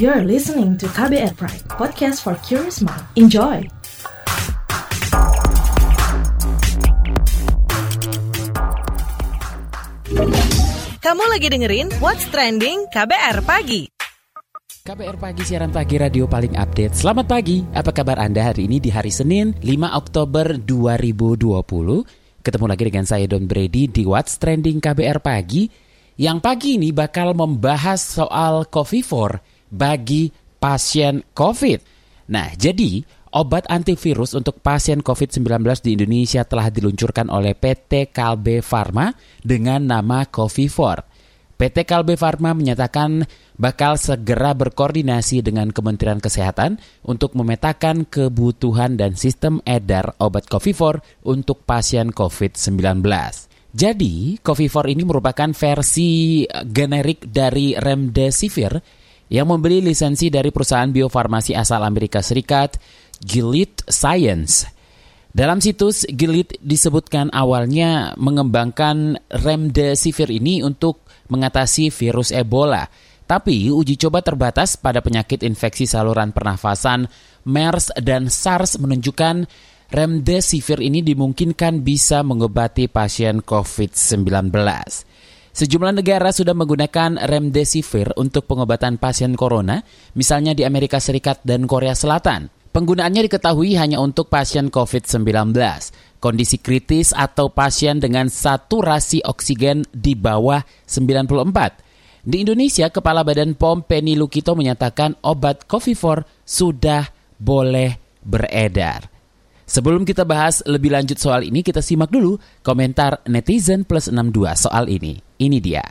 You're listening to KBR Pride, podcast for curious mind. Enjoy! Kamu lagi dengerin What's Trending KBR Pagi. KBR Pagi, siaran pagi radio paling update. Selamat pagi, apa kabar Anda hari ini di hari Senin 5 Oktober 2020? Ketemu lagi dengan saya Don Brady di What's Trending KBR Pagi. Yang pagi ini bakal membahas soal Covifor bagi pasien COVID. Nah, jadi obat antivirus untuk pasien COVID-19 di Indonesia telah diluncurkan oleh PT Kalbe Farma dengan nama Covifor. PT Kalbe Farma menyatakan bakal segera berkoordinasi dengan Kementerian Kesehatan untuk memetakan kebutuhan dan sistem edar obat Covifor untuk pasien COVID-19. Jadi, Covifor ini merupakan versi generik dari Remdesivir yang membeli lisensi dari perusahaan biofarmasi asal Amerika Serikat, Gilead Science. Dalam situs Gilead disebutkan awalnya mengembangkan Remdesivir ini untuk mengatasi virus Ebola. Tapi uji coba terbatas pada penyakit infeksi saluran pernafasan MERS dan SARS menunjukkan Remdesivir ini dimungkinkan bisa mengobati pasien COVID-19. Sejumlah negara sudah menggunakan Remdesivir untuk pengobatan pasien corona, misalnya di Amerika Serikat dan Korea Selatan. Penggunaannya diketahui hanya untuk pasien COVID-19, kondisi kritis atau pasien dengan saturasi oksigen di bawah 94. Di Indonesia, Kepala Badan POM Penny Lukito menyatakan obat Covifor sudah boleh beredar. Sebelum kita bahas lebih lanjut soal ini, kita simak dulu komentar netizen plus 62 soal ini. Ini dia.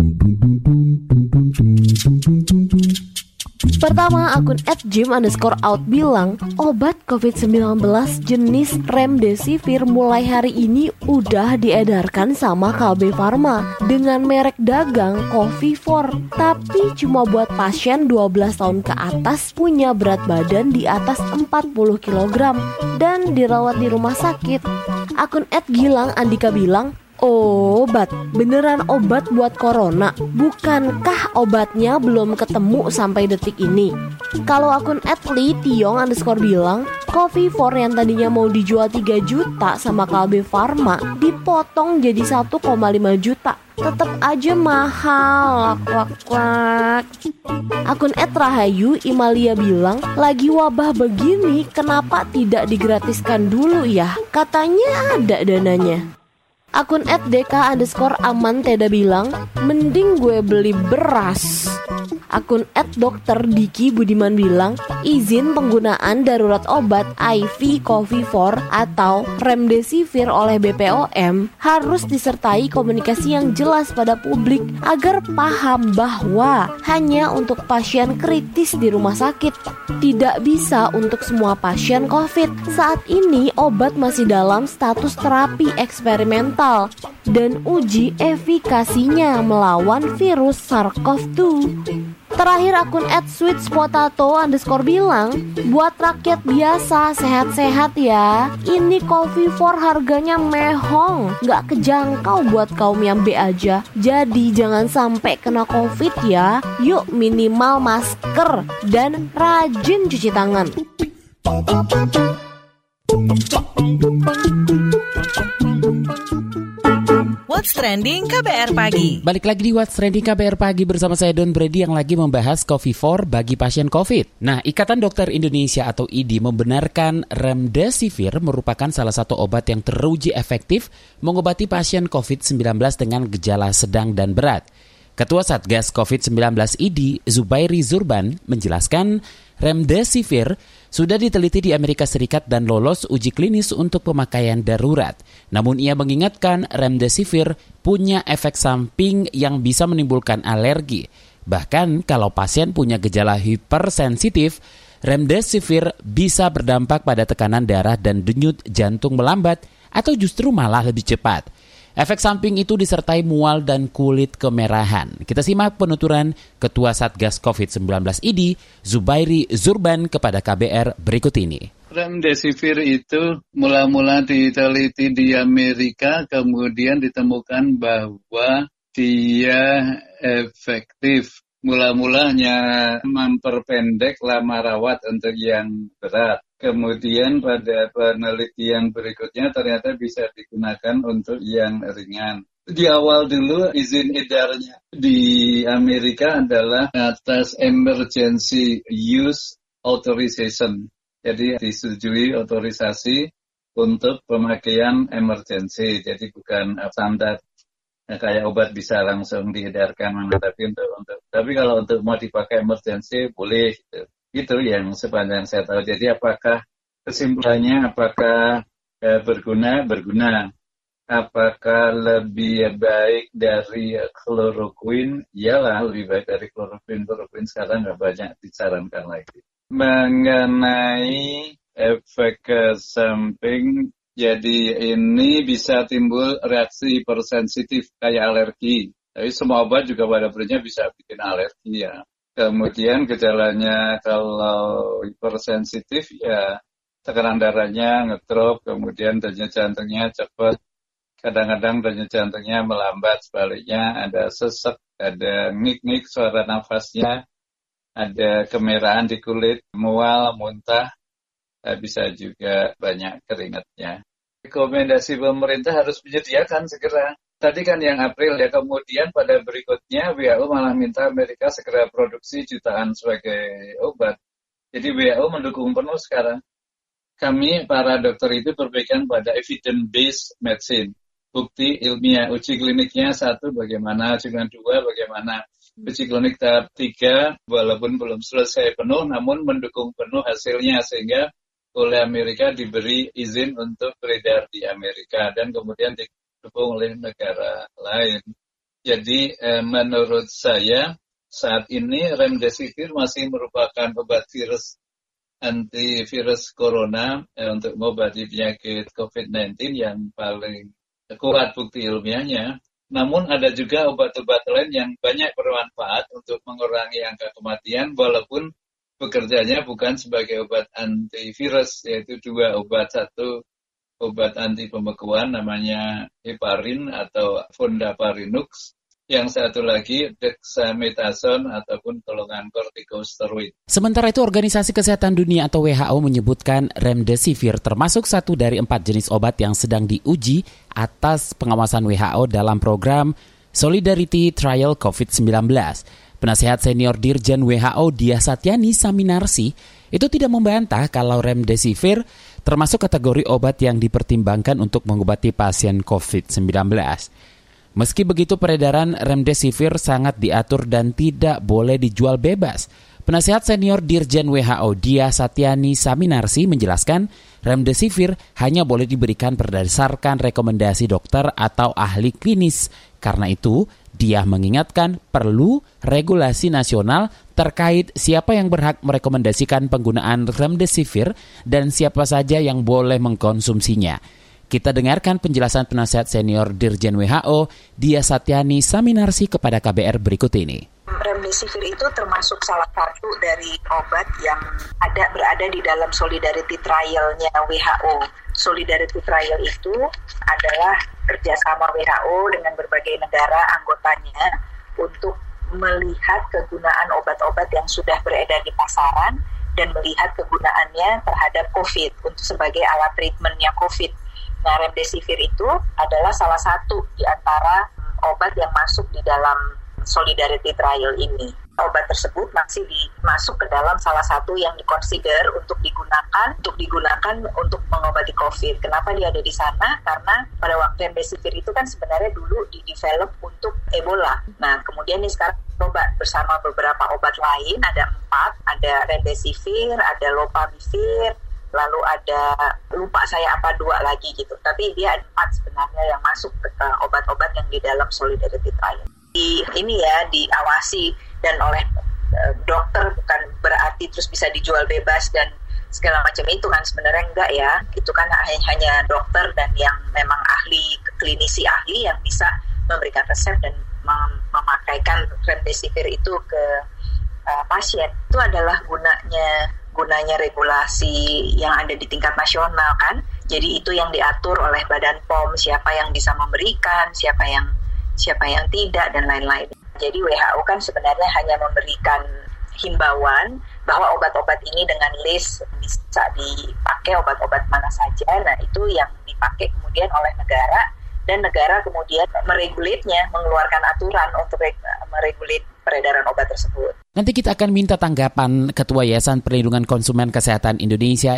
Pertama, akun @jim_out bilang, obat COVID-19 jenis Remdesivir mulai hari ini udah diedarkan sama Kalbe Farma dengan merek dagang Covifor. Tapi cuma buat pasien 12 tahun ke atas punya berat badan di atas 40 kg dan dirawat di rumah sakit. Akun @gilang andika bilang, obat, beneran obat buat corona. Bukankah obatnya belum ketemu sampai detik ini? Kalau akun @li_tiong_ bilang, Covifor yang tadinya mau dijual 3 juta sama Kalbe Farma dipotong jadi 1,5 juta. Tetap aja mahal. Wak. Akun @rahayu Imalia bilang, lagi wabah begini kenapa tidak digratiskan dulu ya? Katanya ada dananya. Akun @dk_aman_teda bilang, mending gue beli beras. Akun @dokter Diki Budiman bilang, izin penggunaan darurat obat IV Covifor atau Remdesivir oleh BPOM harus disertai komunikasi yang jelas pada publik agar paham bahwa hanya untuk pasien kritis di rumah sakit, tidak bisa untuk semua pasien COVID. Saat ini obat masih dalam status terapi eksperimental dan uji efikasinya melawan virus SARS-CoV-2. Terakhir akun @sweetspotato_ bilang, buat rakyat biasa sehat-sehat ya. Ini Covifor harganya mehong, gak kejangkau buat kaum yang B aja. Jadi jangan sampai kena Covid ya. Yuk minimal masker dan rajin cuci tangan. What's Trending KBR Pagi. Balik lagi di What's Trending KBR Pagi bersama saya Don Brady yang lagi membahas Covifor bagi pasien COVID. Nah, Ikatan Dokter Indonesia atau IDI membenarkan Remdesivir merupakan salah satu obat yang teruji efektif mengobati pasien COVID-19 dengan gejala sedang dan berat. Ketua Satgas COVID-19 IDI, Zubairi Zurban, menjelaskan Remdesivir sudah diteliti di Amerika Serikat dan lolos uji klinis untuk pemakaian darurat. Namun ia mengingatkan Remdesivir punya efek samping yang bisa menimbulkan alergi. Bahkan kalau pasien punya gejala hipersensitif, Remdesivir bisa berdampak pada tekanan darah dan denyut jantung melambat atau justru malah lebih cepat. Efek samping itu disertai mual dan kulit kemerahan. Kita simak penuturan Ketua Satgas COVID-19 IDI, Zubairi Zurban kepada KBR berikut ini. Remdesivir itu mula-mula diteliti di Amerika, kemudian ditemukan bahwa dia efektif Mula-mulanya memperpendek lama rawat untuk yang berat. Kemudian pada penelitian berikutnya ternyata bisa digunakan untuk yang ringan. Di awal dulu izin edarnya di Amerika adalah atas emergency use authorization. Jadi disetujui otorisasi untuk pemakaian emergency. Jadi bukan standar. Kayak obat bisa langsung diedarkan, tapi kalau untuk mau dipakai emergency boleh gitu. Itu yang sepanjang saya tahu. Jadi apakah kesimpulannya apakah berguna? Apakah lebih baik dari kloroquine? Iyalah, lebih baik dari kloroquine. Kloroquine sekarang nggak banyak disarankan lagi. Mengenai efek samping, jadi ini bisa timbul reaksi hipersensitif kayak alergi. Tapi semua obat juga pada prinsipnya bisa bikin alergi ya. Kemudian gejalanya kalau hipersensitif ya tekanan darahnya ngedrop, kemudian denyut jantungnya cepat. Kadang-kadang denyut jantungnya melambat, sebaliknya ada sesek, ada ngik-ngik suara nafasnya, ada kemerahan di kulit, mual, muntah, bisa juga banyak keringatnya. Rekomendasi pemerintah harus menyediakan segera. Tadi kan yang April ya, kemudian pada berikutnya WHO malah minta Amerika segera produksi jutaan sebagai obat. Jadi WHO mendukung penuh sekarang. Kami para dokter itu berpegang pada evidence-based medicine. Bukti ilmiah, uji kliniknya 1 bagaimana, uji klinik 2 bagaimana. Uji klinik tahap 3 walaupun belum selesai penuh namun mendukung penuh hasilnya sehingga oleh Amerika diberi izin untuk beredar di Amerika dan kemudian didukung oleh negara lain. Jadi menurut saya saat ini remdesivir masih merupakan obat virus antivirus corona untuk mengobati penyakit COVID-19 yang paling kuat bukti ilmiahnya. Namun ada juga obat-obat lain yang banyak bermanfaat untuk mengurangi angka kematian walaupun bekerjanya bukan sebagai obat antivirus, yaitu 2 obat. 1 obat anti pembekuan namanya heparin atau fondaparinux. Yang 1 lagi dexamethasone ataupun golongan kortikosteroid. Sementara itu Organisasi Kesehatan Dunia atau WHO menyebutkan remdesivir termasuk 1 dari 4 jenis obat yang sedang diuji atas pengawasan WHO dalam program Solidarity Trial COVID-19. Penasehat senior Dirjen WHO Diah Satyani Saminarsi itu tidak membantah kalau remdesivir termasuk kategori obat yang dipertimbangkan untuk mengobati pasien COVID-19. Meski begitu peredaran remdesivir sangat diatur dan tidak boleh dijual bebas. Penasehat senior Dirjen WHO Diah Satyani Saminarsi menjelaskan remdesivir hanya boleh diberikan berdasarkan rekomendasi dokter atau ahli klinis. Karena itu, Diah mengingatkan perlu regulasi nasional terkait siapa yang berhak merekomendasikan penggunaan remdesivir dan siapa saja yang boleh mengkonsumsinya. Kita dengarkan penjelasan penasehat senior Dirjen WHO Diah Satyani Saminarsi kepada KBR berikut ini. Remdesivir itu termasuk salah satu dari obat yang berada di dalam Solidarity Trial-nya WHO. Solidarity Trial itu adalah kerjasama WHO dengan berbagai negara anggotanya untuk melihat kegunaan obat-obat yang sudah beredar di pasaran dan melihat kegunaannya terhadap COVID untuk sebagai alat treatmentnya COVID. Nah, remdesivir itu adalah salah satu di antara obat yang masuk di dalam Solidarity Trial ini. Obat tersebut masih masuk ke dalam salah satu yang dikonsider untuk digunakan untuk mengobati COVID. Kenapa dia ada di sana? Karena pada waktu remdesivir itu kan sebenarnya dulu di-develop untuk Ebola. Nah, kemudian ini sekarang coba bersama beberapa obat lain, ada 4, ada remdesivir, ada lopamivir, lalu ada, lupa saya apa 2 lagi gitu. Tapi dia ada 4 sebenarnya yang masuk ke obat-obat yang di dalam Solidarity Trial. Diawasi dan oleh dokter, bukan berarti terus bisa dijual bebas dan segala macam itu kan sebenarnya enggak ya. Itu kan hanya dokter dan yang memang ahli, klinisi ahli yang bisa memberikan resep dan memakaikan remdesivir itu ke pasien. Itu adalah gunanya regulasi yang ada di tingkat nasional kan. Jadi itu yang diatur oleh Badan POM, siapa yang bisa memberikan, siapa yang tidak dan lain-lain. Jadi WHO kan sebenarnya hanya memberikan himbauan bahwa obat-obat ini dengan list bisa dipakai obat-obat mana saja. Nah, itu yang dipakai kemudian oleh negara, dan negara kemudian meregulasinya, mengeluarkan aturan untuk meregulasi peredaran obat tersebut. Nanti kita akan minta tanggapan Ketua Yayasan Perlindungan Konsumen Kesehatan Indonesia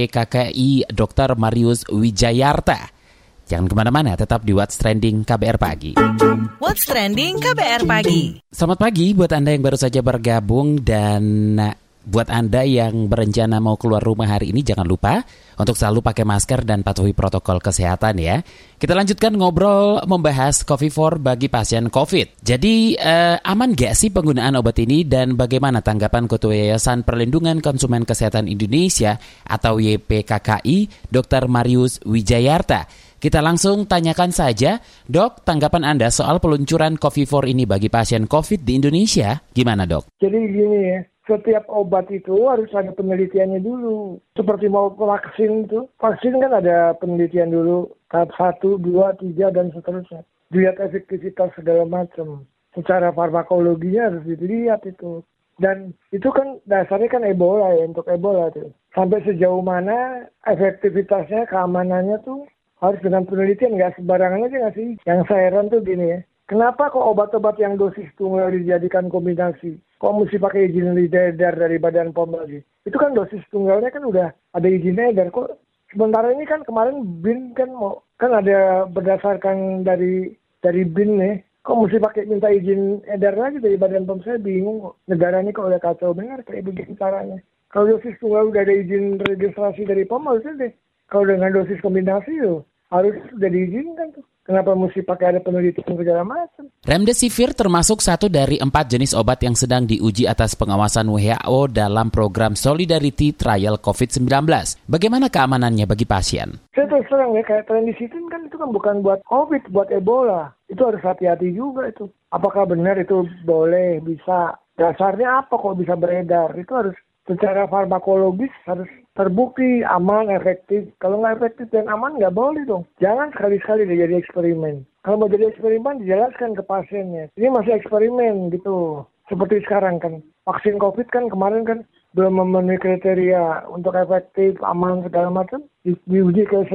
YPKKI Dr. Marius Wijayarta. Jangan kemana-mana, tetap di What's Trending KBR Pagi. What's Trending KBR Pagi. Selamat pagi buat Anda yang baru saja bergabung, dan buat Anda yang berencana mau keluar rumah hari ini, jangan lupa untuk selalu pakai masker dan patuhi protokol kesehatan ya. Kita lanjutkan ngobrol membahas Covifor bagi pasien COVID. Jadi aman gak sih penggunaan obat ini, dan bagaimana tanggapan Ketua Yayasan Perlindungan Konsumen Kesehatan Indonesia atau YPKKI Dr. Marius Wijayarta? Kita langsung tanyakan saja, Dok, tanggapan Anda soal peluncuran Covifor ini bagi pasien COVID di Indonesia, gimana Dok? Jadi gini ya, setiap obat itu harus ada penelitiannya dulu. Seperti mau vaksin itu, vaksin kan ada penelitian dulu, tahap 1, 2, 3, dan seterusnya. Dilihat efektivitas segala macam. Secara farmakologinya harus dilihat itu. Dan itu kan dasarnya kan Ebola ya, untuk Ebola itu. Sampai sejauh mana efektivitasnya, keamanannya tuh harus dengan penelitian, nggak sembarangan aja ngasih. Yang saya heran tuh gini ya, kenapa kok obat-obat yang dosis tunggal dijadikan kombinasi? Kok mesti pakai izin edar dari Badan POM lagi? Itu kan dosis tunggalnya kan udah ada izin edar. Kok sementara ini kan kemarin BIN kan ada berdasarkan dari BIN nih. Kok mesti pakai minta izin edar lagi dari Badan POM? Saya bingung kok. Negara ini kok udah kacau benar kayak begini caranya. Kalau dosis tunggal udah ada izin registrasi dari POM harusnya deh. Kalau dengan dosis kombinasi tuh harus sudah diizinkan tuh. Kenapa mesti pakai ada penelitian segala macam? Remdesivir termasuk satu dari 4 jenis obat yang sedang diuji atas pengawasan WHO dalam program Solidarity Trial COVID-19. Bagaimana keamanannya bagi pasien? Saya terus terang ya, kayak Trenisitin kan itu kan bukan buat COVID, buat Ebola. Itu harus hati-hati juga itu. Apakah benar itu boleh, bisa? Dasarnya apa kok bisa beredar? Itu harus secara farmakologis harus terbukti aman, efektif. Kalau nggak efektif dan aman nggak boleh dong. Jangan sekali-sekali jadi eksperimen. Kalau mau jadi eksperimen dijelaskan ke pasiennya. Ini masih eksperimen gitu. Seperti sekarang kan. Vaksin COVID kan kemarin kan belum memenuhi kriteria untuk efektif, aman, segala macam. Diuji ke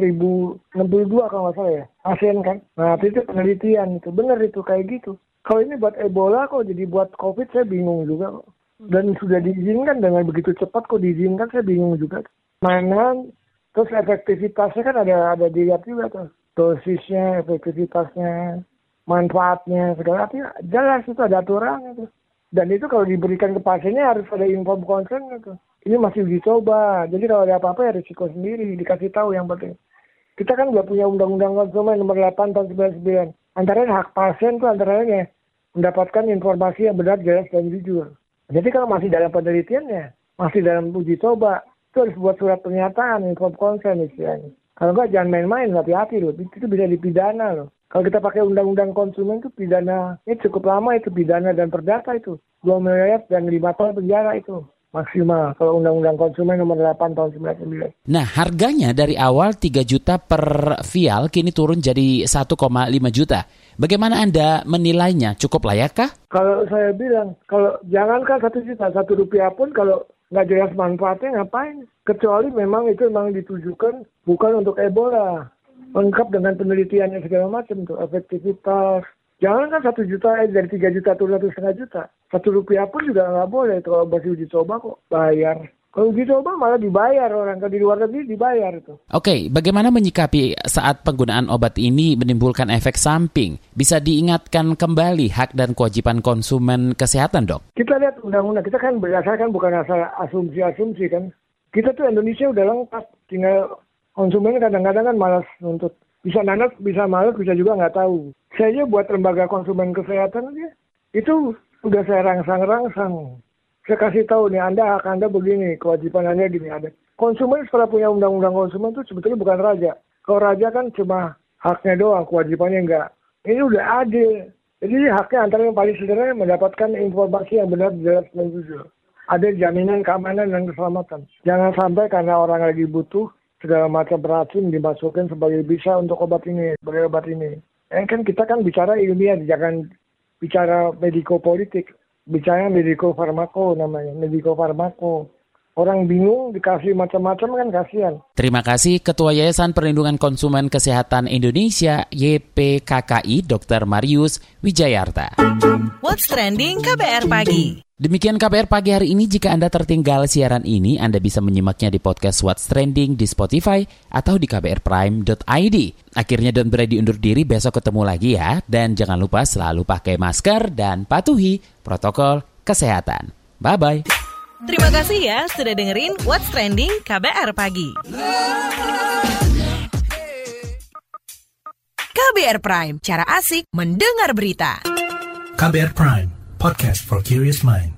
1062 kalau nggak salah ya. Pasien kan. Nah itu penelitian itu. Benar itu kayak gitu. Kalau ini buat Ebola kok jadi buat COVID saya bingung juga kok. Dan sudah diizinkan dengan begitu cepat kok diizinkan, saya bingung juga. Mana terus efektivitasnya kan ada dilihat juga tuh. Dosisnya, efektivitasnya, manfaatnya, segala macam jelas itu ada aturannya tuh. Dan itu kalau diberikan ke pasiennya harus ada inform consent gitu. Ini masih uji coba. Jadi kalau ada apa-apa ya risiko sendiri, dikasih tahu yang penting. Kita kan udah punya Undang-Undang Konsumen nomor 8 tahun 99. Antara hak pasien tuh antaranya mendapatkan informasi yang benar, jelas, dan jujur. Jadi kalau masih dalam penelitiannya, masih dalam uji coba, itu harus buat surat pernyataan, inform consent istilahnya. Kalau enggak jangan main-main, hati-hati loh, itu bisa dipidana loh. Kalau kita pakai undang-undang konsumen itu pidana, ini cukup lama itu pidana dan perdata itu. 2 miliar dan 5 tahun penjara itu maksimal kalau undang-undang konsumen nomor 8 tahun 99. Nah, harganya dari awal 3 juta per vial kini turun jadi 1,5 juta. Bagaimana Anda menilainya? Cukup layakkah? Kalau saya bilang, kalau jangankan 1 juta, 1 rupiah pun kalau nggak jelas manfaatnya ngapain? Kecuali memang itu memang ditujukan bukan untuk Ebola. Lengkap dengan penelitiannya segala macam tuh, efektivitas. Jangan kan 1 juta, dari 3 juta turun 1,5 juta. 1 rupiah pun juga nggak boleh. Kalau masih uji coba kok bayar. Kalau uji coba malah dibayar orang. Kalau di luar negeri dibayar itu. Oke, bagaimana menyikapi saat penggunaan obat ini menimbulkan efek samping? Bisa diingatkan kembali hak dan kewajiban konsumen kesehatan, Dok? Kita lihat undang-undang. Kita kan berdasarkan bukan asal asumsi-asumsi kan. Kita tuh Indonesia udah lengkap. Tinggal konsumen kadang-kadang kan malas nuntut. Bisa nanas, bisa malas, bisa juga nggak tahu. Saya aja buat lembaga konsumen kesehatan aja. Itu udah saya rangsang-rangsang. Saya kasih tahu nih, hak Anda begini, kewajiban Anda gini ada. Konsumen setelah punya undang-undang konsumen itu sebetulnya bukan raja. Kalau raja kan cuma haknya doang, kewajibannya enggak. Ini udah adil. Jadi haknya antara yang paling sederhana mendapatkan informasi yang benar, jelas, dan jujur. Ada jaminan keamanan dan keselamatan. Jangan sampai karena orang lagi butuh, segala macam racun dimasukkan sebagai bisa untuk obat ini, sebagai obat ini. Kan kita kan bicara ilmiah, jangan bicara mediko-politik, bicara mediko-farmako namanya, mediko-farmako. Orang bingung dikasih macam-macam kan kasihan. Terima kasih Ketua Yayasan Perlindungan Konsumen Kesehatan Indonesia YPKKI Dr. Marius Wijayarta. What's Trending KBR Pagi. Demikian KBR Pagi hari ini. Jika Anda tertinggal siaran ini, Anda bisa menyimaknya di podcast What's Trending di Spotify atau di kbrprime.id. Akhirnya Don Brady undur diri, besok ketemu lagi ya. Dan jangan lupa selalu pakai masker dan patuhi protokol kesehatan. Bye-bye. Terima kasih ya sudah dengerin What's Trending KBR Pagi. KBR Prime, cara asik mendengar berita. KBR Prime, podcast for curious mind.